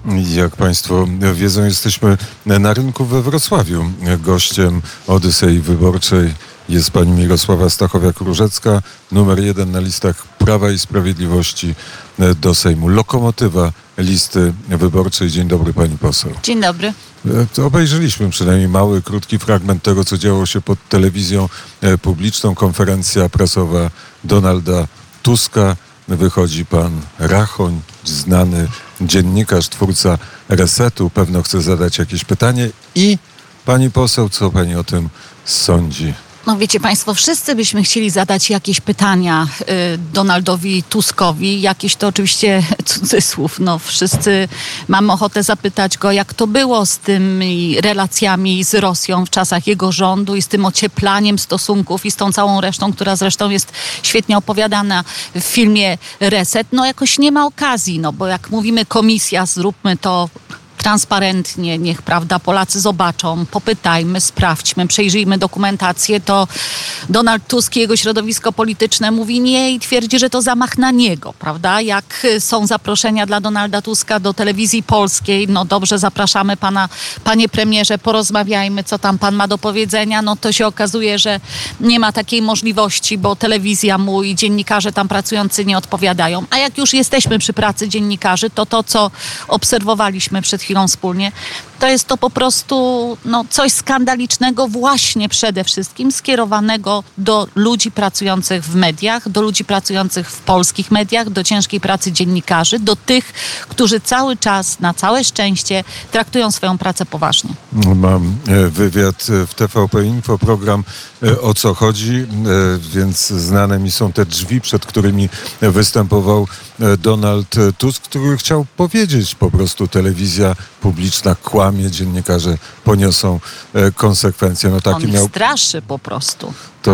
Jak Państwo wiedzą, jesteśmy na rynku we Wrocławiu. Gościem Odysei Wyborczej jest pani Mirosława Stachowiak-Różecka, numer 1 na listach Prawa i Sprawiedliwości do Sejmu. Lokomotywa listy wyborczej. Dzień dobry, pani poseł. Dzień dobry. Obejrzeliśmy przynajmniej mały, krótki fragment tego, co działo się pod telewizją publiczną. Konferencja prasowa Donalda Tuska. Wychodzi pan Rachoń, znany dziennikarz, twórca Resetu. Pewno chce zadać jakieś pytanie. I pani poseł, co pani o tym sądzi? No wiecie państwo, wszyscy byśmy chcieli zadać jakieś pytania Donaldowi Tuskowi. Jakieś to oczywiście cudzysłów. No wszyscy mamy ochotę zapytać go, jak to było z tymi relacjami z Rosją w czasach jego rządu i z tym ocieplaniem stosunków i z tą całą resztą, która zresztą jest świetnie opowiadana w filmie Reset. No jakoś nie ma okazji, no bo jak mówimy komisja, zróbmy to transparentnie, niech, prawda, Polacy zobaczą, popytajmy, sprawdźmy, przejrzyjmy dokumentację, to Donald Tusk i jego środowisko polityczne mówi nie i twierdzi, że to zamach na niego, prawda? Jak są zaproszenia dla Donalda Tuska do telewizji polskiej, no dobrze, zapraszamy pana, panie premierze, porozmawiajmy, co tam pan ma do powiedzenia, no to się okazuje, że nie ma takiej możliwości, bo telewizja mu i dziennikarze tam pracujący nie odpowiadają. A jak już jesteśmy przy pracy dziennikarzy, to co obserwowaliśmy przed chwilą wspólnie, to jest to po prostu coś skandalicznego właśnie przede wszystkim skierowanego do ludzi pracujących w mediach, do ludzi pracujących w polskich mediach, do ciężkiej pracy dziennikarzy, do tych, którzy cały czas, na całe szczęście, traktują swoją pracę poważnie. Mam wywiad w TVP Info, program O co chodzi, więc znane mi są te drzwi, przed którymi występował Donald Tusk, który chciał powiedzieć po prostu: telewizja publiczna kłamie, dziennikarze poniosą konsekwencje. No taki On straszy po prostu.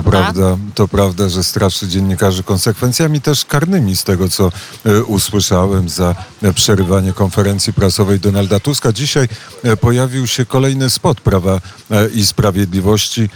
To prawda, że straszy dziennikarzy konsekwencjami też karnymi, z tego co usłyszałem, za przerywanie konferencji prasowej Donalda Tuska. Dzisiaj pojawił się kolejny spot Prawa i Sprawiedliwości.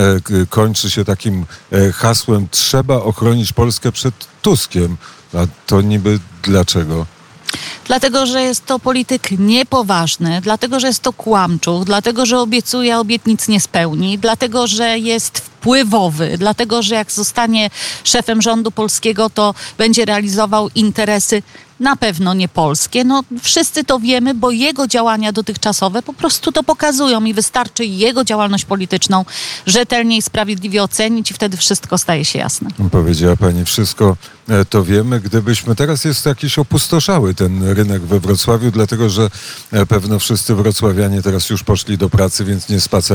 Kończy się takim hasłem: trzeba ochronić Polskę przed Tuskiem. A to niby dlaczego? Dlatego, że jest to polityk niepoważny, dlatego, że jest to kłamczuch, dlatego, że obiecuje, a obietnic nie spełni, dlatego, że jest wpływowy, dlatego, że jak zostanie szefem rządu polskiego, to będzie realizował interesy na pewno nie polskie. No wszyscy to wiemy, bo jego działania dotychczasowe po prostu to pokazują i wystarczy jego działalność polityczną rzetelnie i sprawiedliwie ocenić i wtedy wszystko staje się jasne. Powiedziała pani, wszystko to wiemy. Gdybyśmy teraz jest jakiś opustoszały ten rynek we Wrocławiu, dlatego że pewno wszyscy wrocławianie teraz już poszli do pracy, więc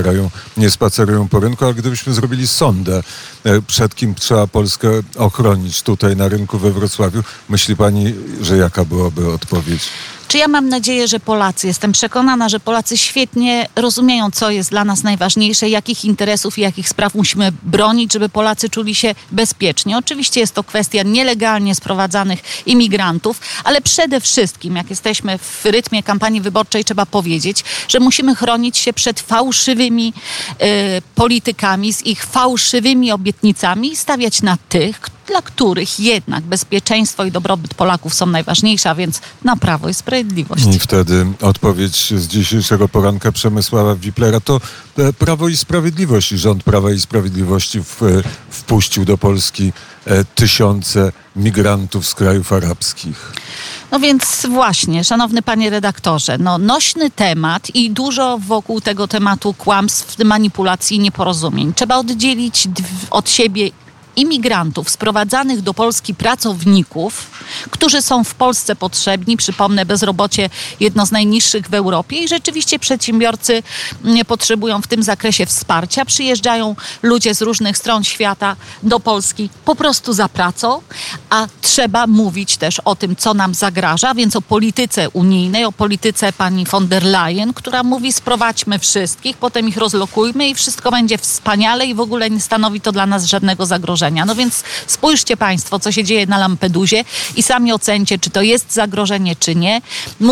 nie spacerują po rynku, ale gdybyśmy zrobili sondę, przed kim trzeba Polskę ochronić tutaj na rynku we Wrocławiu, myśli pani, że jaka byłaby odpowiedź? Czy ja mam nadzieję, że Polacy, jestem przekonana, że Polacy świetnie rozumieją, co jest dla nas najważniejsze, jakich interesów i jakich spraw musimy bronić, żeby Polacy czuli się bezpiecznie. Oczywiście jest to kwestia nielegalnie sprowadzanych imigrantów, ale przede wszystkim, jak jesteśmy w rytmie kampanii wyborczej, trzeba powiedzieć, że musimy chronić się przed fałszywymi politykami, z ich fałszywymi obietnicami i stawiać na tych, dla których jednak bezpieczeństwo i dobrobyt Polaków są najważniejsze, a więc na Prawo i Sprawiedliwość. I wtedy odpowiedź z dzisiejszego poranka Przemysława Wiplera to Prawo i Sprawiedliwość i rząd Prawa i Sprawiedliwości wpuścił do Polski tysiące migrantów z krajów arabskich. No więc właśnie, szanowny panie redaktorze, nośny temat i dużo wokół tego tematu kłamstw, manipulacji i nieporozumień. Trzeba oddzielić od siebie imigrantów sprowadzanych do Polski pracowników, którzy są w Polsce potrzebni. Przypomnę, bezrobocie jedno z najniższych w Europie i rzeczywiście przedsiębiorcy potrzebują w tym zakresie wsparcia. Przyjeżdżają ludzie z różnych stron świata do Polski po prostu za pracą, a trzeba mówić też o tym, co nam zagraża, więc o polityce unijnej, o polityce pani von der Leyen, która mówi: sprowadźmy wszystkich, potem ich rozlokujmy i wszystko będzie wspaniale i w ogóle nie stanowi to dla nas żadnego zagrożenia. zagrożenia. No więc spójrzcie Państwo, co się dzieje na Lampedusie i sami ocencie, czy to jest zagrożenie, czy nie.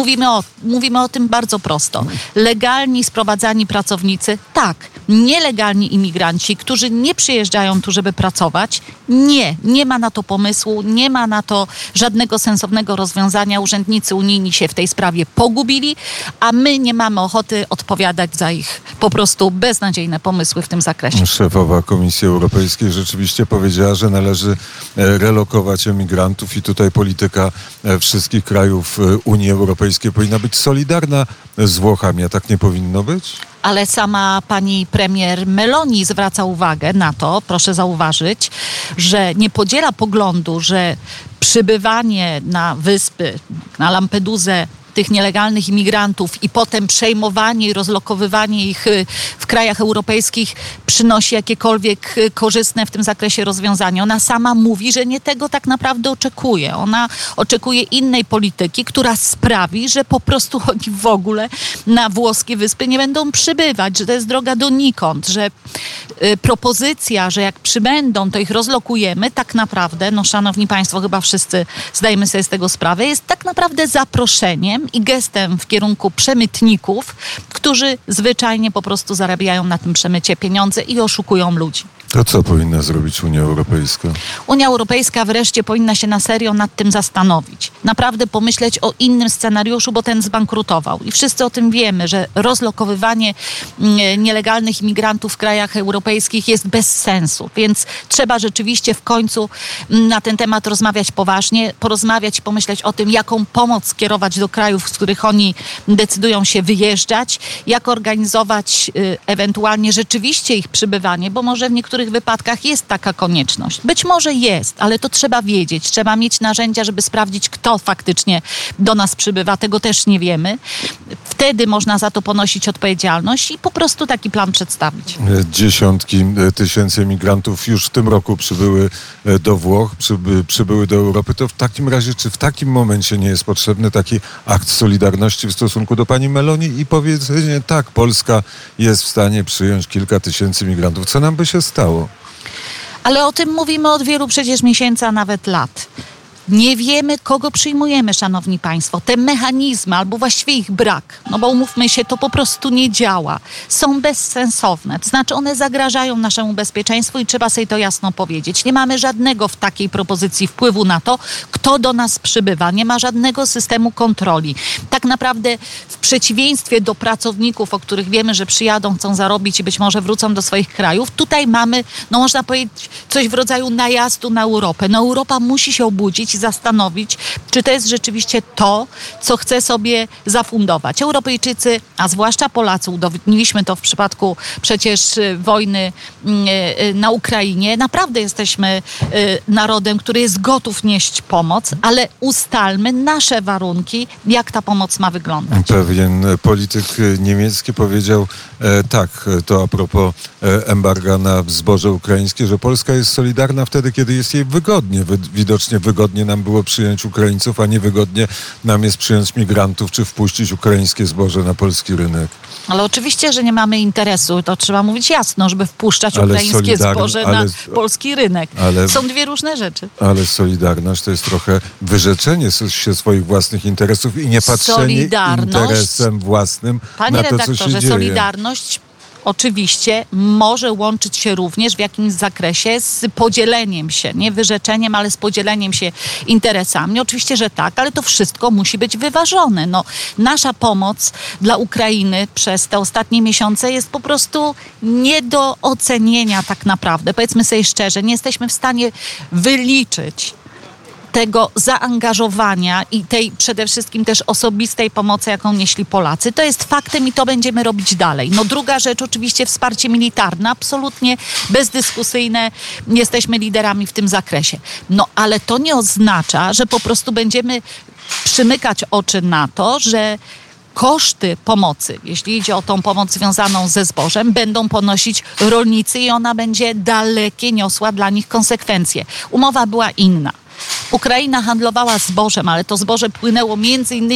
Mówimy o tym bardzo prosto. Legalni sprowadzani pracownicy, tak. Nielegalni imigranci, którzy nie przyjeżdżają tu, żeby pracować, nie ma na to pomysłu, nie ma na to żadnego sensownego rozwiązania. Urzędnicy unijni się w tej sprawie pogubili, a my nie mamy ochoty odpowiadać za ich po prostu beznadziejne pomysły w tym zakresie. Szefowa Komisji Europejskiej rzeczywiście powiedziała, że należy relokować emigrantów i tutaj polityka wszystkich krajów Unii Europejskiej powinna być solidarna z Włochami, a tak nie powinno być? Ale sama pani premier Meloni zwraca uwagę na to, proszę zauważyć, że nie podziela poglądu, że przybywanie na wyspy, na Lampedusę tych nielegalnych imigrantów i potem przejmowanie i rozlokowywanie ich w krajach europejskich przynosi jakiekolwiek korzystne w tym zakresie rozwiązania. Ona sama mówi, że nie tego tak naprawdę oczekuje. Ona oczekuje innej polityki, która sprawi, że po prostu oni w ogóle na włoskie wyspy nie będą przybywać, że to jest droga donikąd, że propozycja, że jak przybędą, to ich rozlokujemy, tak naprawdę, no szanowni państwo, chyba wszyscy zdajemy sobie z tego sprawę, jest tak naprawdę zaproszeniem i gestem w kierunku przemytników, którzy zwyczajnie po prostu zarabiają na tym przemycie pieniądze i oszukują ludzi. To co powinna zrobić Unia Europejska? Unia Europejska wreszcie powinna się na serio nad tym zastanowić. Naprawdę pomyśleć o innym scenariuszu, bo ten zbankrutował. I wszyscy o tym wiemy, że rozlokowywanie nielegalnych imigrantów w krajach europejskich jest bez sensu. Więc trzeba rzeczywiście w końcu na ten temat rozmawiać poważnie, porozmawiać i pomyśleć o tym, jaką pomoc skierować do krajów, z których oni decydują się wyjeżdżać, jak organizować ewentualnie rzeczywiście ich przybywanie, bo może w niektórych wypadkach jest taka konieczność. Być może jest, ale to trzeba wiedzieć. Trzeba mieć narzędzia, żeby sprawdzić, kto faktycznie do nas przybywa. Tego też nie wiemy. Wtedy można za to ponosić odpowiedzialność i po prostu taki plan przedstawić. Dziesiątki tysięcy emigrantów już w tym roku przybyły do Włoch, przybyły do Europy. To w takim razie, czy w takim momencie nie jest potrzebny taki akt solidarności w stosunku do pani Meloni i powiedzenie, tak, Polska jest w stanie przyjąć kilka tysięcy migrantów. Co nam by się stało? Ale o tym mówimy od wielu przecież miesięcy, a nawet lat. Nie wiemy, kogo przyjmujemy, szanowni państwo. Te mechanizmy, albo właściwie ich brak, no bo umówmy się, to po prostu nie działa. Są bezsensowne. To znaczy one zagrażają naszemu bezpieczeństwu i trzeba sobie to jasno powiedzieć. Nie mamy żadnego w takiej propozycji wpływu na to, kto do nas przybywa. Nie ma żadnego systemu kontroli. Tak naprawdę w przeciwieństwie do pracowników, o których wiemy, że przyjadą, chcą zarobić i być może wrócą do swoich krajów, tutaj mamy, no można powiedzieć, coś w rodzaju najazdu na Europę. No Europa musi się obudzić i zastanowić, czy to jest rzeczywiście to, co chce sobie zafundować. Europejczycy, a zwłaszcza Polacy, udowodniliśmy to w przypadku przecież wojny na Ukrainie, naprawdę jesteśmy narodem, który jest gotów nieść pomoc, ale ustalmy nasze warunki, jak ta pomoc ma wyglądać. Pewien polityk niemiecki powiedział tak, to a propos embarga na zboże ukraińskie, że Polska jest solidarna wtedy, kiedy jest jej wygodnie. Widocznie wygodnie nam było przyjąć Ukraińców, a niewygodnie nam jest przyjąć migrantów, czy wpuścić ukraińskie zboże na polski rynek. Ale oczywiście, że nie mamy interesu, to trzeba mówić jasno, żeby wpuszczać ukraińskie zboże na polski rynek. Są dwie różne rzeczy. Ale solidarność to jest trochę wyrzeczenie się swoich własnych interesów i nie patrzenie interesem własnym na to, co się dzieje. Solidarność oczywiście może łączyć się również w jakimś zakresie z podzieleniem się, nie wyrzeczeniem, ale z podzieleniem się interesami. Oczywiście, że tak, ale to wszystko musi być wyważone. No, nasza pomoc dla Ukrainy przez te ostatnie miesiące jest po prostu nie do ocenienia tak naprawdę. Powiedzmy sobie szczerze, nie jesteśmy w stanie wyliczyć tego zaangażowania i tej przede wszystkim też osobistej pomocy, jaką nieśli Polacy. To jest faktem i to będziemy robić dalej. No druga rzecz, oczywiście wsparcie militarne, absolutnie bezdyskusyjne. Jesteśmy liderami w tym zakresie. No ale to nie oznacza, że po prostu będziemy przymykać oczy na to, że koszty pomocy, jeśli idzie o tą pomoc związaną ze zbożem, będą ponosić rolnicy i ona będzie dalekie niosła dla nich konsekwencje. Umowa była inna. Ukraina handlowała zbożem, ale to zboże płynęło między innymi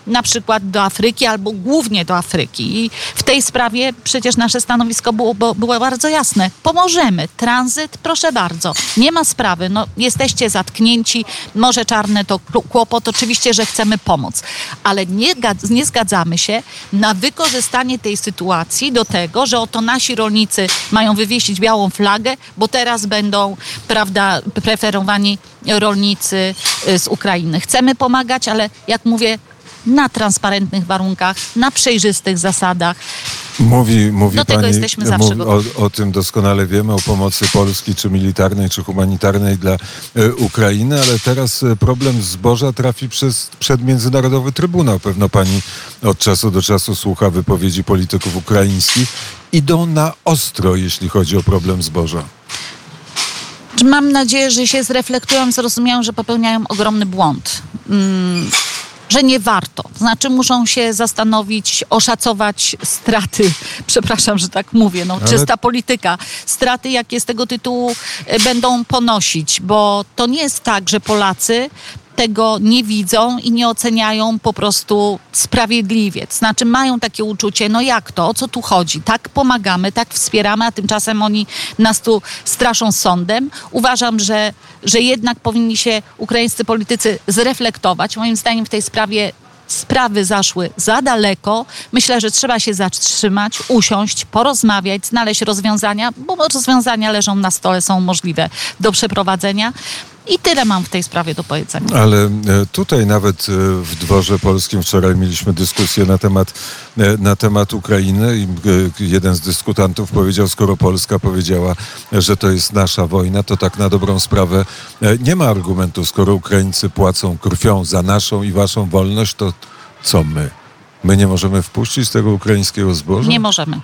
na przykład do Afryki albo głównie do Afryki. I w tej sprawie przecież nasze stanowisko było bardzo jasne. Pomożemy. Tranzyt, proszę bardzo. Nie ma sprawy. No, jesteście zatknięci. Morze Czarne to kłopot. Oczywiście, że chcemy pomóc. Ale nie zgadzamy się na wykorzystanie tej sytuacji do tego, że oto nasi rolnicy mają wywiesić białą flagę, bo teraz będą, prawda, preferowani rolnicy z Ukrainy. Chcemy pomagać, ale jak mówię, na transparentnych warunkach, na przejrzystych zasadach. Mówi do tego pani, jesteśmy zawsze gotowi. O tym doskonale wiemy, o pomocy Polski, czy militarnej, czy humanitarnej dla Ukrainy, ale teraz problem zboża trafi przed Międzynarodowy Trybunał. Pewno pani od czasu do czasu słucha wypowiedzi polityków ukraińskich. Idą na ostro, jeśli chodzi o problem zboża. Mam nadzieję, że się zreflektują, zrozumieją, że popełniają ogromny błąd. Że nie warto. Znaczy muszą się zastanowić, oszacować straty. Przepraszam, że tak mówię. Czysta polityka. Straty, jakie z tego tytułu będą ponosić. Bo to nie jest tak, że Polacy tego nie widzą i nie oceniają po prostu sprawiedliwie. To znaczy mają takie uczucie, no jak to, o co tu chodzi? Tak pomagamy, tak wspieramy, a tymczasem oni nas tu straszą sądem. Uważam, że jednak powinni się ukraińscy politycy zreflektować. Moim zdaniem w tej sprawy zaszły za daleko. Myślę, że trzeba się zatrzymać, usiąść, porozmawiać, znaleźć rozwiązania, bo rozwiązania leżą na stole, są możliwe do przeprowadzenia. I tyle mam w tej sprawie do powiedzenia. Ale tutaj nawet w dworze polskim wczoraj mieliśmy dyskusję na temat Ukrainy i jeden z dyskutantów powiedział, skoro Polska powiedziała, że to jest nasza wojna, to tak na dobrą sprawę nie ma argumentu. Skoro Ukraińcy płacą krwią za naszą i waszą wolność, to co my? My nie możemy wpuścić tego ukraińskiego zboża? Nie możemy.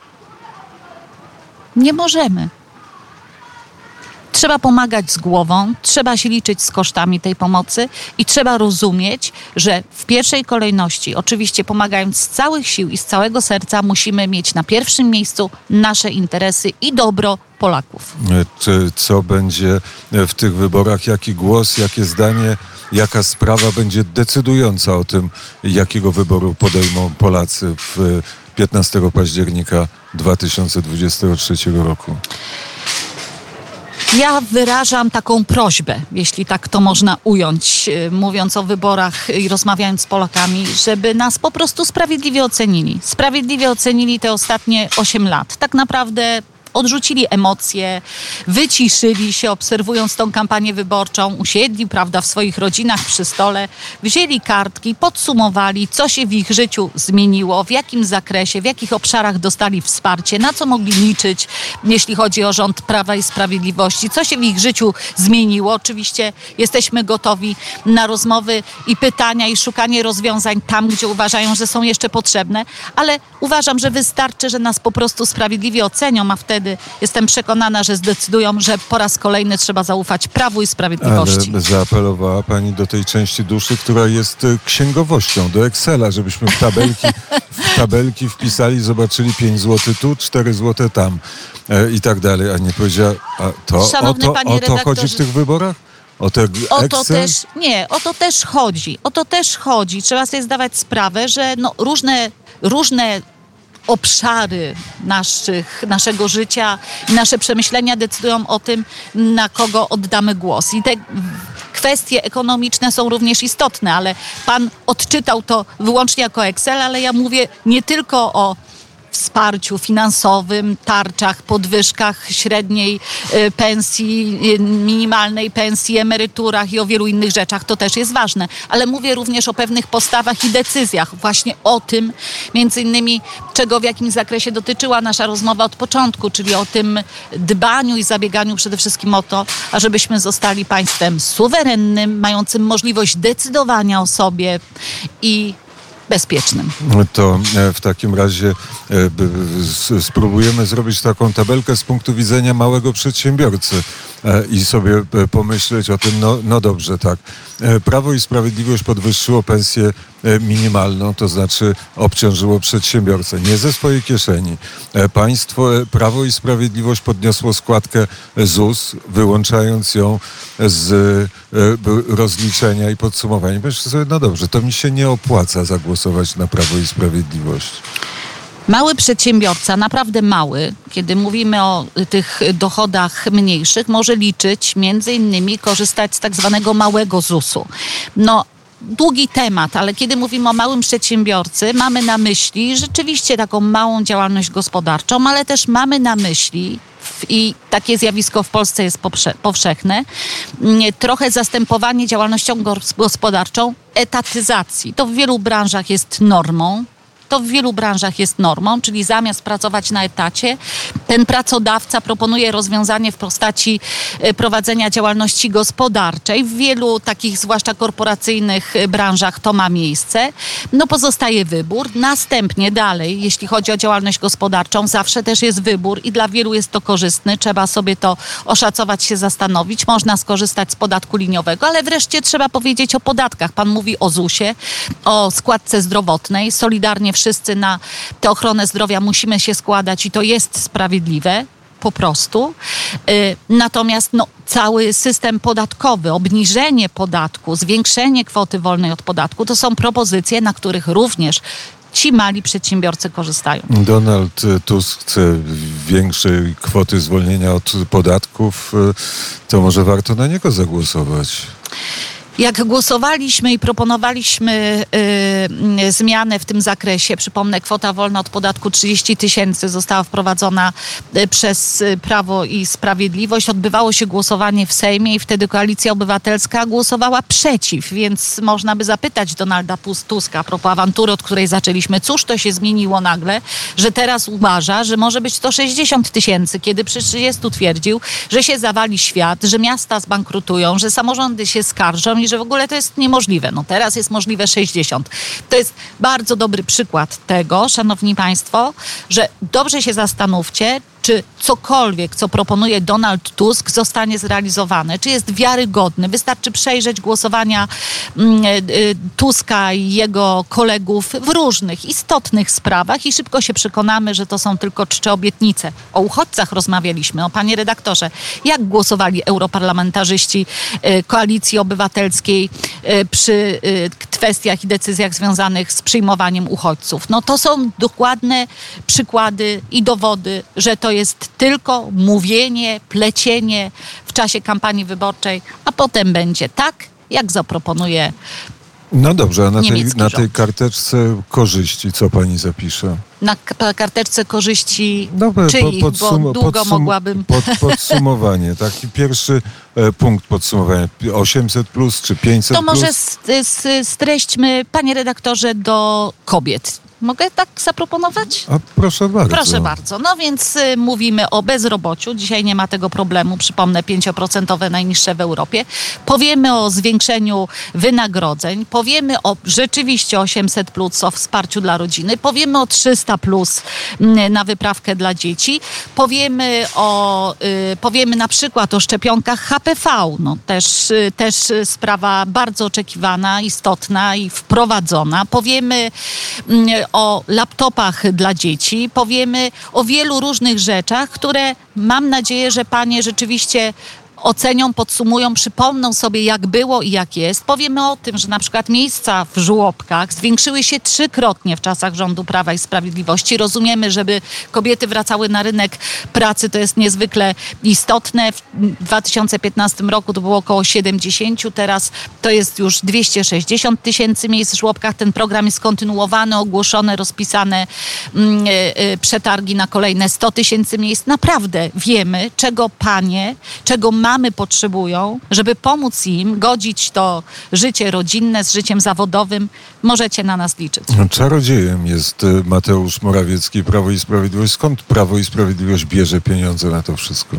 Nie możemy. Trzeba pomagać z głową, trzeba się liczyć z kosztami tej pomocy i trzeba rozumieć, że w pierwszej kolejności, oczywiście pomagając z całych sił i z całego serca, musimy mieć na pierwszym miejscu nasze interesy i dobro Polaków. Co będzie w tych wyborach? Jaki głos, jakie zdanie, jaka sprawa będzie decydująca o tym, jakiego wyboru podejmą Polacy w 15 października 2023 roku? Ja wyrażam taką prośbę, jeśli tak to można ująć, mówiąc o wyborach i rozmawiając z Polakami, żeby nas po prostu sprawiedliwie ocenili. Sprawiedliwie ocenili te ostatnie 8 lat. Tak naprawdę odrzucili emocje, wyciszyli się, obserwując tą kampanię wyborczą, usiedli, prawda, w swoich rodzinach przy stole, wzięli kartki, podsumowali, co się w ich życiu zmieniło, w jakim zakresie, w jakich obszarach dostali wsparcie, na co mogli liczyć, jeśli chodzi o rząd Prawa i Sprawiedliwości, co się w ich życiu zmieniło. Oczywiście jesteśmy gotowi na rozmowy i pytania i szukanie rozwiązań tam, gdzie uważają, że są jeszcze potrzebne, ale uważam, że wystarczy, że nas po prostu sprawiedliwie ocenią, a wtedy jestem przekonana, że zdecydują, że po raz kolejny trzeba zaufać Prawu i Sprawiedliwości. Ale zaapelowała pani do tej części duszy, która jest księgowością, do Excela, żebyśmy w tabelki wpisali, zobaczyli 5 zł tu, 4 zł tam i tak dalej, a nie powiedziała, o to chodzi w tych wyborach? O to też chodzi. Trzeba sobie zdawać sprawę, że różne obszary naszego życia i nasze przemyślenia decydują o tym, na kogo oddamy głos. I te kwestie ekonomiczne są również istotne, ale pan odczytał to wyłącznie jako Excel, ale ja mówię nie tylko o wsparciu finansowym, tarczach, podwyżkach średniej pensji, minimalnej pensji, emeryturach i o wielu innych rzeczach. To też jest ważne. Ale mówię również o pewnych postawach i decyzjach. Właśnie o tym, między innymi, czego w jakim zakresie dotyczyła nasza rozmowa od początku, czyli o tym dbaniu i zabieganiu przede wszystkim o to, ażebyśmy zostali państwem suwerennym, mającym możliwość decydowania o sobie i bezpiecznym. To w takim razie spróbujemy zrobić taką tabelkę z punktu widzenia małego przedsiębiorcy. i sobie pomyśleć o tym, no dobrze, tak. Prawo i Sprawiedliwość podwyższyło pensję minimalną, to znaczy obciążyło przedsiębiorcę. Nie ze swojej kieszeni. Prawo i Sprawiedliwość podniosło składkę ZUS, wyłączając ją z rozliczenia i podsumowania. Myślę sobie, no dobrze, to mi się nie opłaca zagłosować na Prawo i Sprawiedliwość. Mały przedsiębiorca, naprawdę mały, kiedy mówimy o tych dochodach mniejszych, może liczyć, między innymi korzystać z tak zwanego małego ZUS-u. Długi temat, ale kiedy mówimy o małym przedsiębiorcy, mamy na myśli rzeczywiście taką małą działalność gospodarczą, ale też mamy na myśli, i takie zjawisko w Polsce jest powszechne, trochę zastępowanie działalnością gospodarczą etatyzacji. To w wielu branżach jest normą. Czyli zamiast pracować na etacie, ten pracodawca proponuje rozwiązanie w postaci prowadzenia działalności gospodarczej. W wielu takich, zwłaszcza korporacyjnych branżach to ma miejsce. Pozostaje wybór. Następnie dalej, jeśli chodzi o działalność gospodarczą, zawsze też jest wybór i dla wielu jest to korzystne. Trzeba sobie to oszacować, się zastanowić. Można skorzystać z podatku liniowego, ale wreszcie trzeba powiedzieć o podatkach. Pan mówi o ZUS-ie, o składce zdrowotnej. Solidarnie wszyscy na tę ochronę zdrowia musimy się składać i to jest sprawiedliwe, po prostu. Natomiast cały system podatkowy, obniżenie podatku, zwiększenie kwoty wolnej od podatku, to są propozycje, na których również ci mali przedsiębiorcy korzystają. Donald Tusk chce większej kwoty zwolnienia od podatków. To może warto na niego zagłosować. Jak głosowaliśmy i proponowaliśmy zmianę w tym zakresie, przypomnę, kwota wolna od podatku 30 000 została wprowadzona przez Prawo i Sprawiedliwość. Odbywało się głosowanie w Sejmie i wtedy Koalicja Obywatelska głosowała przeciw, więc można by zapytać Donalda Tuska a propos awantury, od której zaczęliśmy, cóż to się zmieniło nagle, że teraz uważa, że może być to 60 000, kiedy przy 30 twierdził, że się zawali świat, że miasta zbankrutują, że samorządy się skarżą i że w ogóle to jest niemożliwe. Teraz jest możliwe 60. To jest bardzo dobry przykład tego, szanowni państwo, że dobrze się zastanówcie, czy cokolwiek, co proponuje Donald Tusk, zostanie zrealizowane, czy jest wiarygodny. Wystarczy przejrzeć głosowania Tuska i jego kolegów w różnych istotnych sprawach i szybko się przekonamy, że to są tylko czcze obietnice. O uchodźcach rozmawialiśmy, panie redaktorze. Jak głosowali europarlamentarzyści Koalicji Obywatelskiej przy kwestiach i decyzjach związanych z przyjmowaniem uchodźców? To są dokładne przykłady i dowody, że to jest tylko mówienie, plecienie w czasie kampanii wyborczej, a potem będzie tak, jak zaproponuje dobrze, a na tej rząd. karteczce korzyści co pani zapisze? Na karteczce korzyści czyich, bo długo mogłabym... Podsumowanie, taki pierwszy punkt podsumowania. 800 plus czy 500 To może plus? streśćmy, panie redaktorze, do kobiet. Mogę tak zaproponować? A proszę bardzo. Proszę bardzo. Więc mówimy o bezrobociu. Dzisiaj nie ma tego problemu. Przypomnę, 5% najniższe w Europie. Powiemy o zwiększeniu wynagrodzeń. Powiemy o rzeczywiście 800 plus, o wsparciu dla rodziny. Powiemy o 300 plus na wyprawkę dla dzieci. Powiemy na przykład o szczepionkach HPV. Też sprawa bardzo oczekiwana, istotna i wprowadzona. Powiemy o laptopach dla dzieci, powiemy o wielu różnych rzeczach, które mam nadzieję, że panie rzeczywiście ocenią, podsumują, przypomną sobie, jak było i jak jest. Powiemy o tym, że na przykład miejsca w żłobkach zwiększyły się 3-krotnie w czasach rządu Prawa i Sprawiedliwości. Rozumiemy, żeby kobiety wracały na rynek pracy, to jest niezwykle istotne. W 2015 roku to było około 70, teraz to jest już 260 000 miejsc w żłobkach. Ten program jest kontynuowany, ogłoszone, rozpisane przetargi na kolejne 100 000 miejsc. Naprawdę wiemy, czego mamy potrzebują, żeby pomóc im godzić to życie rodzinne z życiem zawodowym. Możecie na nas liczyć. Czarodziejem jest Mateusz Morawiecki, Prawo i Sprawiedliwość. Skąd Prawo i Sprawiedliwość bierze pieniądze na to wszystko?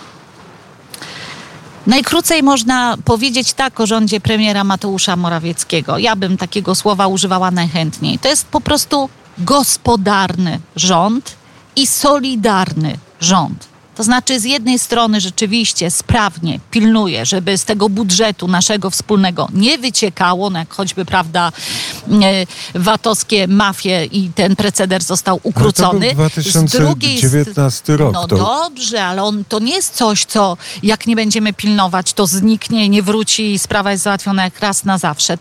Najkrócej można powiedzieć tak o rządzie premiera Mateusza Morawieckiego. Ja bym takiego słowa używała najchętniej. To jest po prostu gospodarny rząd i solidarny rząd. To znaczy z jednej strony rzeczywiście sprawnie pilnuje, żeby z tego budżetu naszego wspólnego nie wyciekało, no jak choćby, prawda, VAT-owskie mafie i ten proceder został ukrócony. Ale to był 2019 rok. No dobrze, ale to nie jest coś, co jak nie będziemy pilnować, to zniknie i nie wróci i sprawa jest załatwiona jak raz na zawsze.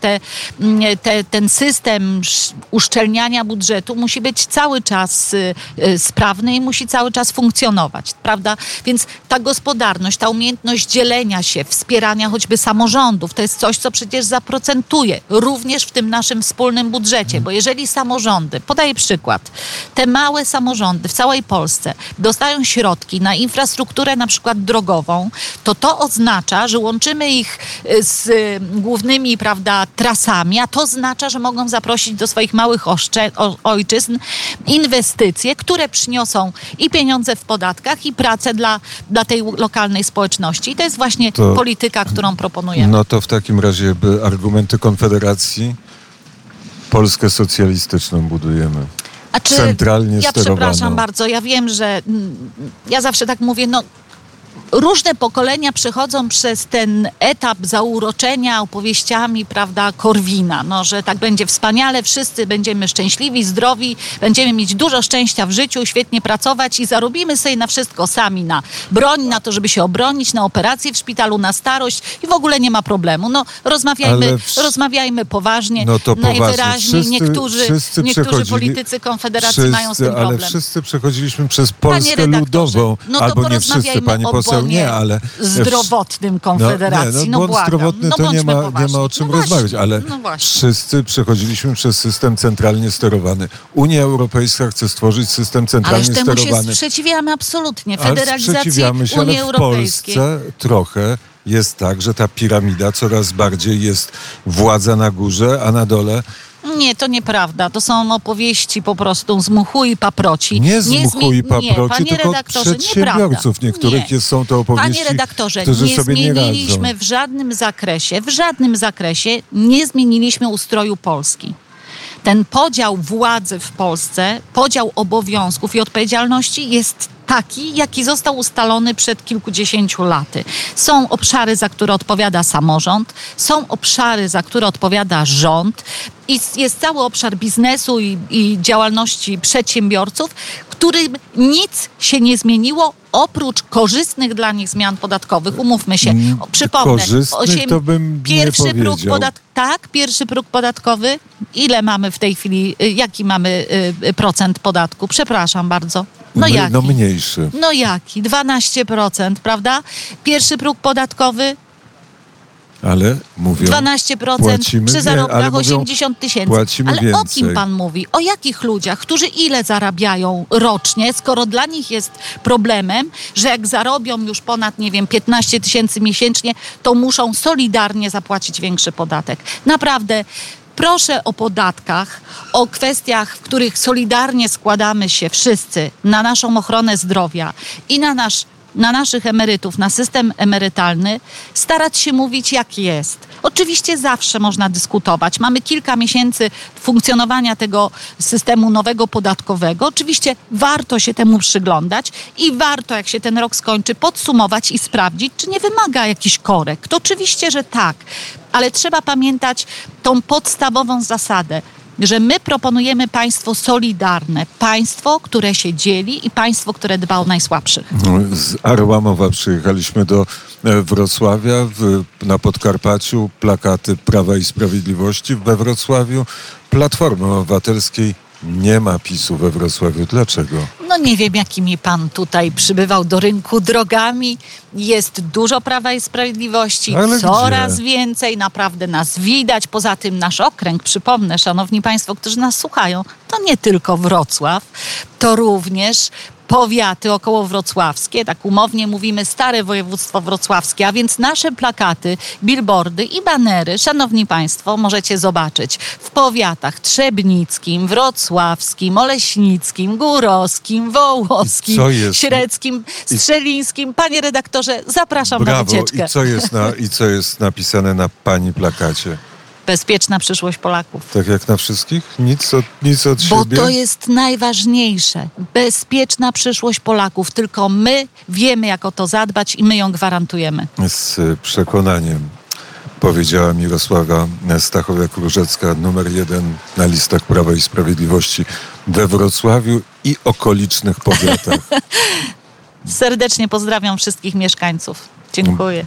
Ten system uszczelniania budżetu musi być cały czas sprawny i musi cały czas funkcjonować, prawda? Więc ta gospodarność, ta umiejętność dzielenia się, wspierania choćby samorządów, to jest coś, co przecież zaprocentuje również w tym naszym wspólnym budżecie, bo jeżeli samorządy, podaję przykład, te małe samorządy w całej Polsce dostają środki na infrastrukturę na przykład drogową, to oznacza, że łączymy ich z głównymi, prawda, trasami, a to oznacza, że mogą zaprosić do swoich małych ojczyzn inwestycje, które przyniosą i pieniądze w podatkach, i pracę dla tej lokalnej społeczności. I to jest właśnie polityka, którą proponujemy. No to w takim razie argumenty Konfederacji, Polskę socjalistyczną budujemy. Centralnie sterowaną. Przepraszam bardzo, ja wiem, że ja zawsze tak mówię, różne pokolenia przechodzą przez ten etap zauroczenia opowieściami, prawda, Korwina, że tak będzie wspaniale, wszyscy będziemy szczęśliwi, zdrowi, będziemy mieć dużo szczęścia w życiu, świetnie pracować i zarobimy sobie na wszystko sami, na broń, na to, żeby się obronić, na operacje w szpitalu, na starość i w ogóle nie ma problemu. Rozmawiajmy poważnie. To najwyraźniej niektórzy politycy Konfederacji mają z tym problem. Ale wszyscy przechodziliśmy przez Polskę ludową, albo nie wszyscy, pani poseł. Nie, ale zdrowotnym Konfederacji. Błąd zdrowotny to nie ma o czym rozmawiać, ale wszyscy przechodziliśmy przez system centralnie sterowany. Unia Europejska chce stworzyć system centralnie sterowany. Ale temu się sprzeciwiamy absolutnie. Federalizacji Unii Europejskiej. W Polsce trochę jest tak, że ta piramida coraz bardziej jest władza na górze, a na dole. Nie, to nieprawda. To są opowieści po prostu z mchu i paproci. Nie z mchu i paproci, tylko przedsiębiorców niektórych są to opowieści, panie redaktorze, którzy sobie nie radzą. zmieniliśmy w żadnym zakresie nie zmieniliśmy ustroju Polski. Ten podział władzy w Polsce, podział obowiązków i odpowiedzialności jest taki, jaki został ustalony przed kilkudziesięciu laty. Są obszary, za które odpowiada samorząd, są obszary, za które odpowiada rząd i jest cały obszar biznesu i działalności przedsiębiorców, którym nic się nie zmieniło oprócz korzystnych dla nich zmian podatkowych. Umówmy się. Przypomnę. To bym pierwszy próg podatkowy. Ile mamy w tej chwili? Jaki mamy procent podatku? Przepraszam bardzo. Jaki? Mniejszy. Jaki? 12%, prawda? Pierwszy próg podatkowy. Ale mówią, 12% przy zarobkach 80 tysięcy. Ale więcej. O kim pan mówi? O jakich ludziach? Którzy ile zarabiają rocznie, skoro dla nich jest problemem, że jak zarobią już ponad, 15 tysięcy miesięcznie, to muszą solidarnie zapłacić większy podatek. Naprawdę. Proszę o podatkach, o kwestiach, w których solidarnie składamy się wszyscy na naszą ochronę zdrowia i na naszych emerytów, na system emerytalny, starać się mówić, jak jest. Oczywiście zawsze można dyskutować. Mamy kilka miesięcy funkcjonowania tego systemu nowego podatkowego. Oczywiście warto się temu przyglądać i warto, jak się ten rok skończy, podsumować i sprawdzić, czy nie wymaga jakichś korekt. Oczywiście, że tak, ale trzeba pamiętać tą podstawową zasadę, że my proponujemy państwo solidarne, państwo, które się dzieli i państwo, które dba o najsłabszych. Z Arłamowa przyjechaliśmy do Wrocławia, na Podkarpaciu plakaty Prawa i Sprawiedliwości, we Wrocławiu Platformy Obywatelskiej. Nie ma PiS-u we Wrocławiu. Dlaczego? Nie wiem, jakimi pan tutaj przybywał do rynku drogami. Jest dużo Prawa i Sprawiedliwości, coraz więcej. Naprawdę nas widać. Poza tym nasz okręg, przypomnę, szanowni państwo, którzy nas słuchają, to nie tylko Wrocław, to również powiaty okołowrocławskie, tak umownie mówimy stare województwo wrocławskie, a więc nasze plakaty, billboardy i banery, szanowni państwo, możecie zobaczyć w powiatach trzebnickim, wrocławskim, oleśnickim, górowskim, wołowskim, średzkim, strzelińskim. Panie redaktorze, zapraszam na wycieczkę. I co jest napisane na pani plakacie? bezpieczna przyszłość Polaków. Tak jak na wszystkich? Nic od Bo siebie? to jest najważniejsze. Bezpieczna przyszłość Polaków. Tylko my wiemy, jak o to zadbać i my ją gwarantujemy. Z przekonaniem powiedziała Mirosława Stachowiak-Różecka, numer 1 na listach Prawa i Sprawiedliwości we Wrocławiu i okolicznych powiatach. Serdecznie pozdrawiam wszystkich mieszkańców. Dziękuję.